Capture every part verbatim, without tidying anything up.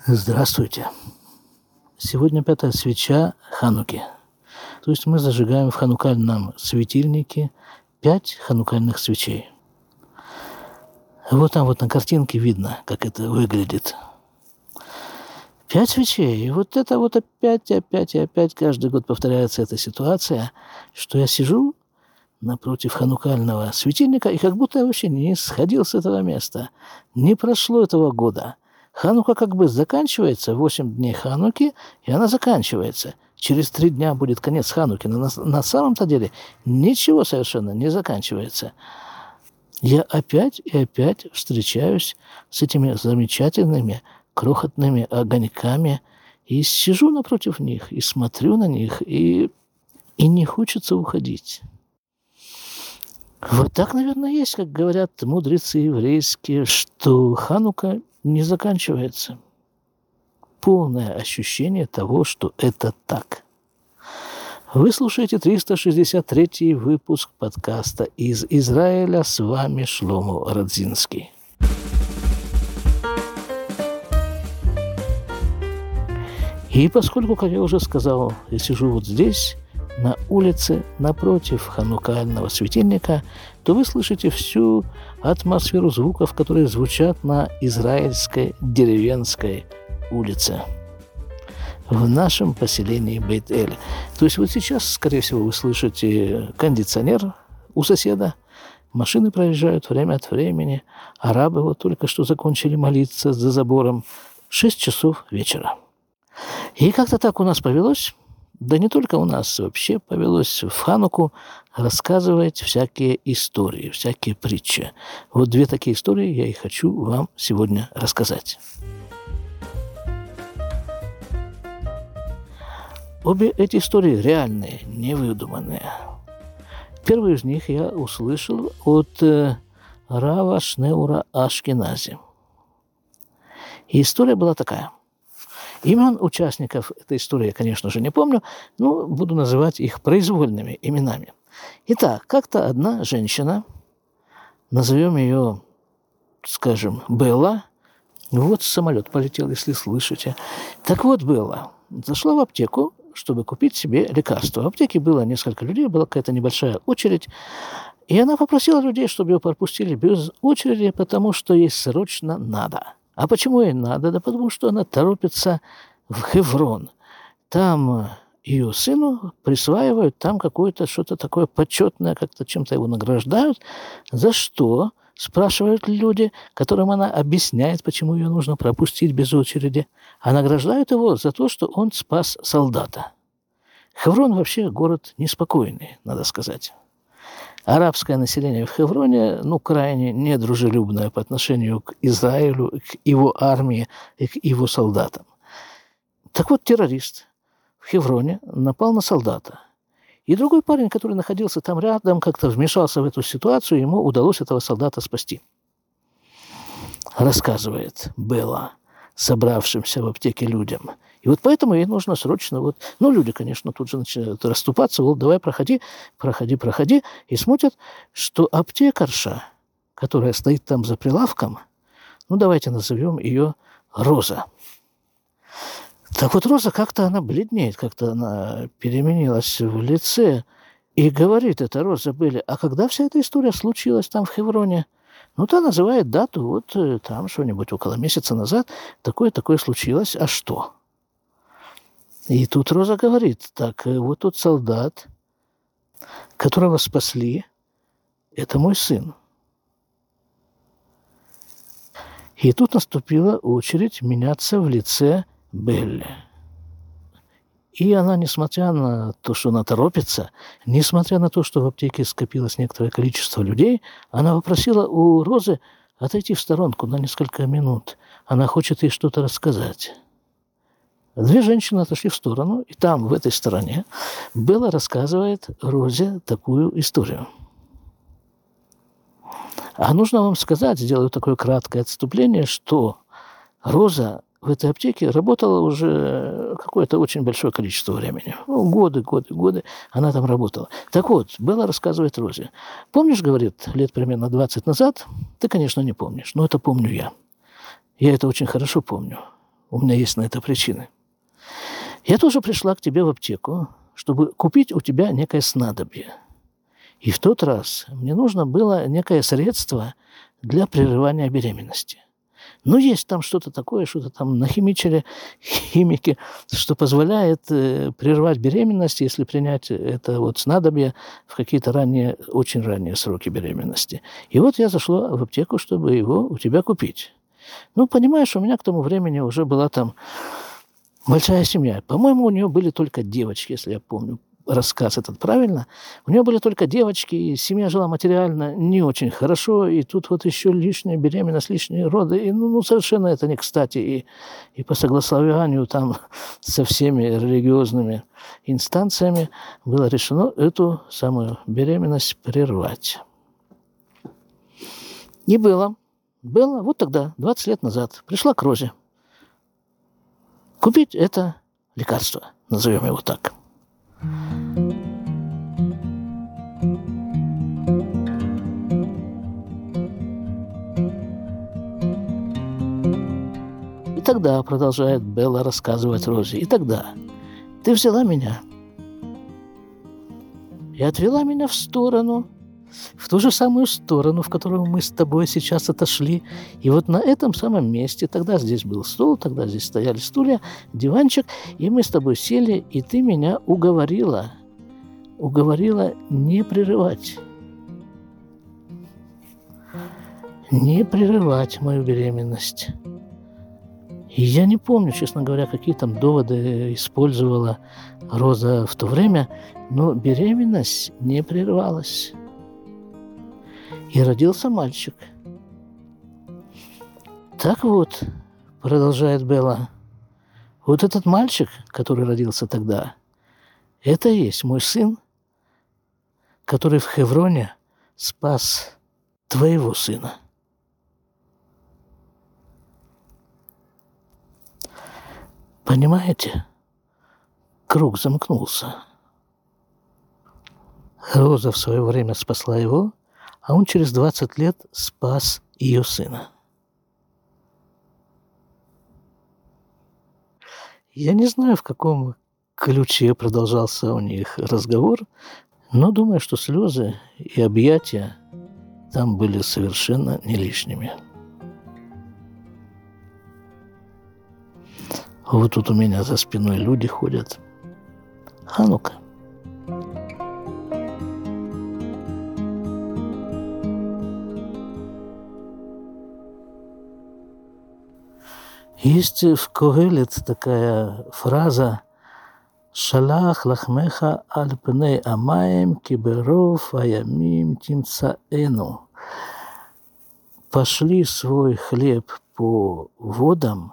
Здравствуйте. Сегодня пятая свеча Хануки. То есть мы зажигаем в ханукальном светильнике пять ханукальных свечей. Вот там вот на картинке видно, как это выглядит. Пять свечей. И вот это вот опять, опять и опять каждый год повторяется эта ситуация, что я сижу напротив ханукального светильника, и как будто я вообще не сходил с этого места. Не прошло этого года. Ханука как бы заканчивается, восемь дней Хануки, и она заканчивается. Через три дня будет конец Хануки, но на, на самом-то деле ничего совершенно не заканчивается. Я опять и опять встречаюсь с этими замечательными крохотными огоньками и сижу напротив них, и смотрю на них, и, и не хочется уходить. Вот так, наверное, есть, как говорят мудрецы еврейские, что Ханука не заканчивается. Полное ощущение того, что это так. Вы слушаете триста шестьдесят третий выпуск подкаста «Из Израиля». С вами Шломо Радзинский. И поскольку, как я уже сказал, я сижу вот здесь, на улице, напротив ханукального светильника, то вы слышите всю атмосферу звуков, которые звучат на израильской деревенской улице, в нашем поселении Бейт-Эль. То есть вот сейчас, скорее всего, вы слышите кондиционер у соседа, машины проезжают время от времени, арабы вот только что закончили молиться за забором, шесть часов вечера. И как-то так у нас повелось, да не только у нас, вообще повелось в Хануку рассказывать всякие истории, всякие притчи. Вот две такие истории я и хочу вам сегодня рассказать. Обе эти истории реальные, не выдуманные. Первую из них я услышал от э, Рава Шнеура Ашкенази. И история была такая. Имен участников этой истории я, конечно же, не помню, но буду называть их произвольными именами. Итак, как-то одна женщина, назовем ее, скажем, Белла, вот самолет полетел, если слышите. Так вот, Белла зашла в аптеку, чтобы купить себе лекарство. В аптеке было несколько людей, была какая-то небольшая очередь, и она попросила людей, чтобы ее пропустили без очереди, потому что ей срочно надо. А почему ей надо? Да потому что она торопится в Хеврон. Там ее сыну присваивают там какое-то что-то такое почетное, как-то чем-то его награждают. За что? Спрашивают люди, которым она объясняет, почему ее нужно пропустить без очереди. А награждают его за то, что он спас солдата. Хеврон вообще город неспокойный, надо сказать. Арабское население в Хевроне, ну, крайне недружелюбное по отношению к Израилю, к его армии и к его солдатам. Так вот, террорист в Хевроне напал на солдата. И другой парень, который находился там рядом, как-то вмешался в эту ситуацию, ему удалось этого солдата спасти. Рассказывает Белла собравшимся в аптеке людям. И вот поэтому ей нужно срочно... Вот, ну, люди, конечно, тут же начинают расступаться. Вот, давай, проходи, проходи, проходи. И смотрят, что аптекарша, которая стоит там за прилавком, ну, давайте назовем ее Роза. Так вот, Роза как-то она бледнеет, как-то она переменилась в лице. И говорит эта Роза Белле, а когда вся эта история случилась там в Хевроне? Ну, та называет дату, вот там что-нибудь около месяца назад такое-такое случилось. А что? И тут Роза говорит, так, вот тот солдат, которого спасли, это мой сын. И тут наступила очередь меняться в лице Белли. И она, несмотря на то, что она торопится, несмотря на то, что в аптеке скопилось некоторое количество людей, она попросила у Розы отойти в сторонку на несколько минут. Она хочет ей что-то рассказать. Две женщины отошли в сторону, и там, в этой стороне, Белла рассказывает Розе такую историю. А нужно вам сказать, сделаю такое краткое отступление, что Роза в этой аптеке работала уже какое-то очень большое количество времени. Ну, годы, годы, годы она там работала. Так вот, Белла рассказывает Розе. Помнишь, говорит, лет примерно двадцать назад, ты, конечно, не помнишь, но это помню я. Я это очень хорошо помню. у меня есть на это причины. Я тоже пришла к тебе в аптеку, чтобы купить у тебя некое снадобье. И в тот раз мне нужно было некое средство для прерывания беременности. Ну, есть там что-то такое, что-то там нахимичили химики, что позволяет э, прервать беременность, если принять это вот снадобье в какие-то ранние, очень ранние сроки беременности. И вот я зашла в аптеку, чтобы его у тебя купить. Ну, понимаешь, у меня к тому времени уже была там большая семья. По-моему, у нее были только девочки, если я помню рассказ этот правильно. У нее были только девочки, и семья жила материально не очень хорошо, и тут вот еще лишняя беременность, лишние роды, и ну, ну совершенно это не кстати. И, и по согласованию там со всеми религиозными инстанциями было решено эту самую беременность прервать. И было. Было вот тогда, двадцать лет назад, пришла к Розе купить это лекарство, назовем его так. И тогда, продолжает Белла рассказывать Розе, и тогда ты взяла меня и отвела меня в сторону, в ту же самую сторону, в которую мы с тобой сейчас отошли. И вот на этом самом месте, тогда здесь был стол, тогда здесь стояли стулья, диванчик, и мы с тобой сели, и ты меня уговорила, уговорила не прерывать. Не прерывать мою беременность. И я не помню, честно говоря, какие там доводы использовала Роза в то время, но беременность не прервалась. И родился мальчик. Так вот, продолжает Белла, вот этот мальчик, который родился тогда, это и есть мой сын, который в Хевроне спас твоего сына. Понимаете? Круг замкнулся. Роза в свое время спасла его, а он через двадцать лет спас ее сына. Я не знаю, в каком ключе продолжался у них разговор, но думаю, что слезы и объятия там были совершенно не лишними. Вот тут у меня за спиной люди ходят. А ну-ка. Есть в Когелет такая фраза «Шалах лахмеха аль пней амаем киберов аямим тимцаэну». «Пошли свой хлеб по водам,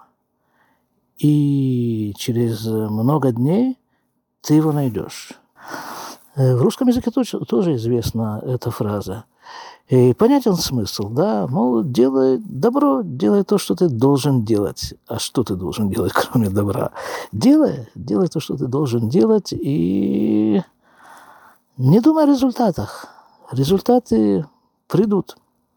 и через много дней ты его найдешь». В русском языке тоже известна эта фраза. И понятен смысл, да, мол, делай добро, делай то, что ты должен делать. А что ты должен делать, кроме добра? Делай, делай то, что ты должен делать, и не думай о результатах. Результаты придут.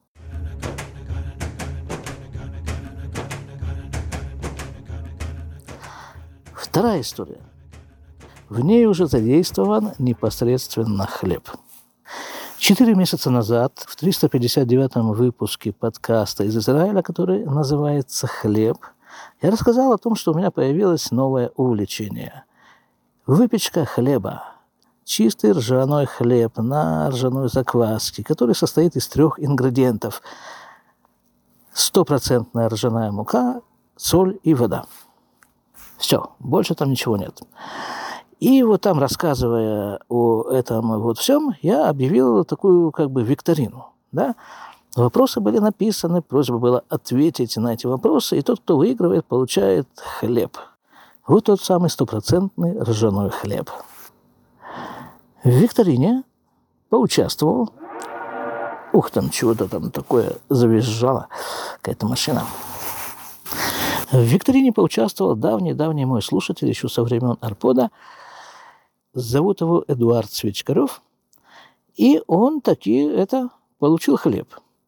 Вторая история. В ней уже задействован непосредственно хлеб. Четыре месяца назад, в триста пятьдесят девятом выпуске подкаста из Израиля, который называется «Хлеб», я рассказал о том, что у меня появилось новое увлечение. Выпечка хлеба. Чистый ржаной хлеб на ржаной закваске, который состоит из трех ингредиентов. Стопроцентная ржаная мука, соль и вода. Все, больше там ничего нет. И вот там, рассказывая о этом вот всем, я объявил такую как бы викторину. Да? Вопросы были написаны, просьба была ответить на эти вопросы, и тот, кто выигрывает, получает хлеб. Вот тот самый стопроцентный ржаной хлеб. В викторине поучаствовал. Ух, там чего-то там такое завизжало, какая-то машина. В викторине поучаствовал давний-давний мой слушатель еще со времен Арпода. Зовут его Эдуард Свечкарев. И он таки это получил хлеб.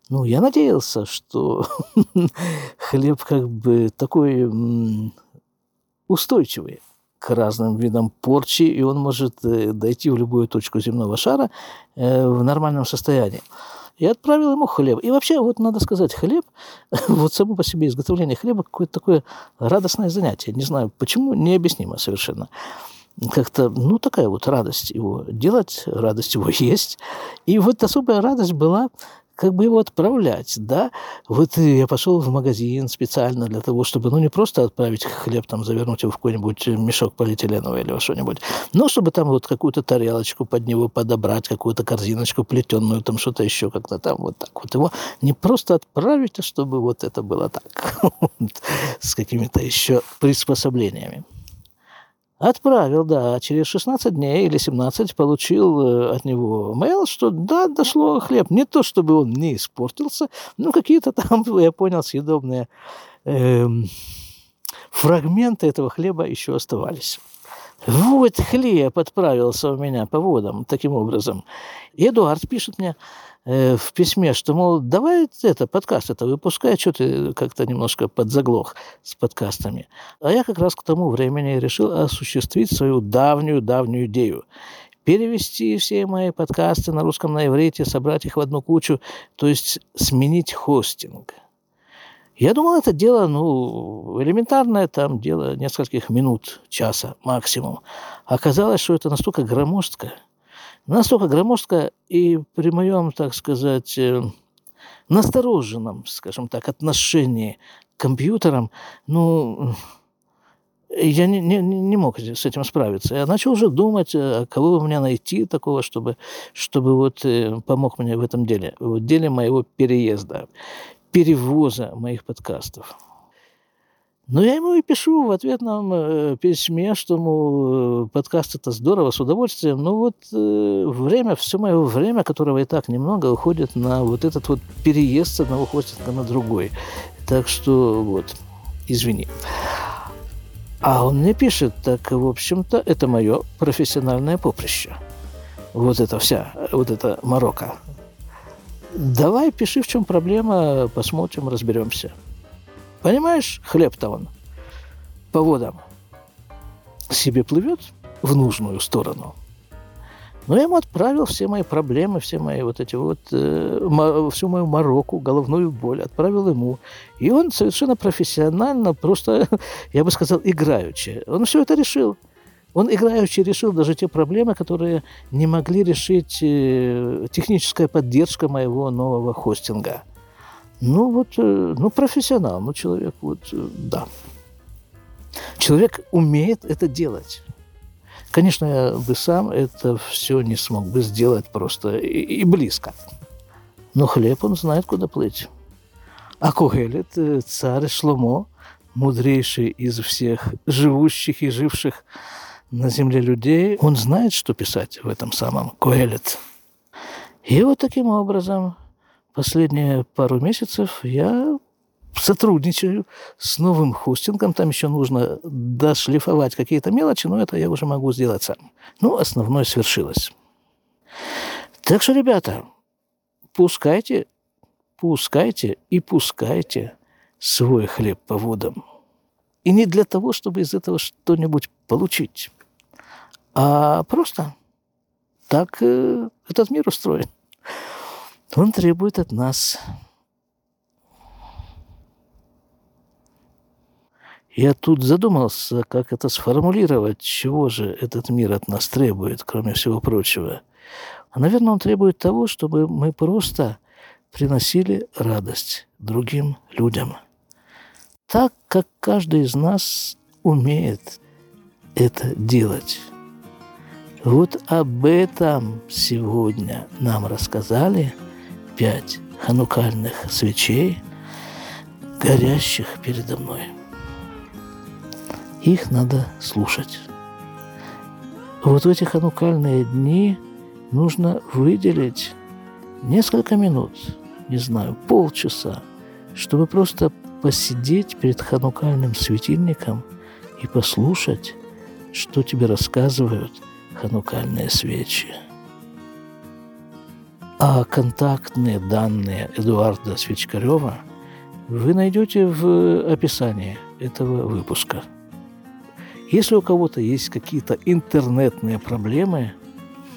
Ну, я надеялся, что хлеб как бы такой м, устойчивый к разным видам порчи, и он может э, дойти в любую точку земного шара э, в нормальном состоянии. И отправил ему хлеб. И вообще, вот надо сказать, хлеб, вот само по себе изготовление хлеба какое-то такое радостное занятие. Не знаю, почему, необъяснимо совершенно. Как-то, ну, такая вот радость его делать, радость его есть. И вот особая радость была как бы его отправлять, да. Вот я пошел в магазин специально для того, чтобы, ну, не просто отправить хлеб, там, завернуть его в какой-нибудь мешок полиэтиленовый или во что-нибудь, но чтобы там вот какую-то тарелочку под него подобрать, какую-то корзиночку плетеную, там что-то еще как-то там вот так вот. Его не просто отправить, а чтобы вот это было так, с какими-то еще приспособлениями. Отправил, да. Через шестнадцать дней или семнадцать получил э, от него мейл, что да, дошло хлеб. Не то, чтобы он не испортился, но какие-то там, я понял, съедобные эм, фрагменты этого хлеба еще оставались. Вот хлеб отправился у меня по водам таким образом. И Эдуард пишет мне э, в письме, что, мол, давай это, подкаст это выпускай, что ты как-то немножко подзаглох с подкастами. А я как раз к тому времени решил осуществить свою давнюю-давнюю идею. Перевести все мои подкасты на русском, на иврите, собрать их в одну кучу, то есть сменить хостинг. Я думал, это дело, ну, элементарное, там, дело нескольких минут, часа максимум. Оказалось, что это настолько громоздко, настолько громоздко, и при моем, так сказать, э, настороженном, скажем так, отношении к компьютерам, ну, я не, не, не мог с этим справиться. Я начал уже думать, а кого бы мне найти такого, чтобы, чтобы вот э, помог мне в этом деле, в деле моего переезда, перевоза моих подкастов. Но я ему и пишу в ответном э, письме, что, мол, подкаст это здорово, с удовольствием, но вот э, время, все мое время, которого и так немного, уходит на вот этот вот переезд с одного хостинга на другой. Так что вот, извини. А он мне пишет, так, в общем-то, это мое профессиональное поприще. Вот это вся, вот это морока. Давай, пиши, в чем проблема, посмотрим, разберемся. Понимаешь, хлеб-то он по водам себе плывет в нужную сторону. Но я ему отправил все мои проблемы, все мои вот эти вот, э, всю мою мороку, головную боль, отправил ему. И он совершенно профессионально, просто, я бы сказал, играючи. Он все это решил. Он играючи решил даже те проблемы, которые не могли решить э, техническая поддержка моего нового хостинга. Ну вот, э, ну профессионал, ну человек вот, э, да. Человек умеет это делать. Конечно, я бы сам это все не смог бы сделать просто и, и близко. Но хлеб, он знает, куда плыть. А Когелет, э, царь Шломо, мудрейший из всех живущих и живших на земле людей, он знает, что писать в этом самом Когелет. И вот таким образом последние пару месяцев я сотрудничаю с новым хостингом. Там еще нужно дошлифовать какие-то мелочи, но это я уже могу сделать сам. Ну, основное свершилось. Так что, ребята, пускайте, пускайте и пускайте свой хлеб по водам. И не для того, чтобы из этого что-нибудь получить, а просто так э, этот мир устроен. Он требует от нас. Я тут задумался, как это сформулировать, чего же этот мир от нас требует, кроме всего прочего. А, наверное, он требует того, чтобы мы просто приносили радость другим людям. Так, как каждый из нас умеет это делать. Вот об этом сегодня нам рассказали пять ханукальных свечей, горящих передо мной. Их надо слушать. Вот в эти ханукальные дни нужно выделить несколько минут, не знаю, полчаса, чтобы просто посидеть перед ханукальным светильником и послушать, что тебе рассказывают ханукальные свечи. А контактные данные Эдуарда Свечкарева вы найдете в описании этого выпуска. Если у кого-то есть какие-то интернетные проблемы,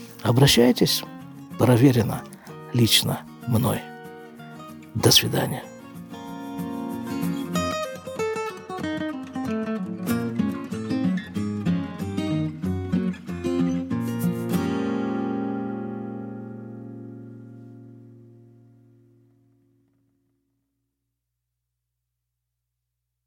обращайтесь, проверено лично мной. До свидания.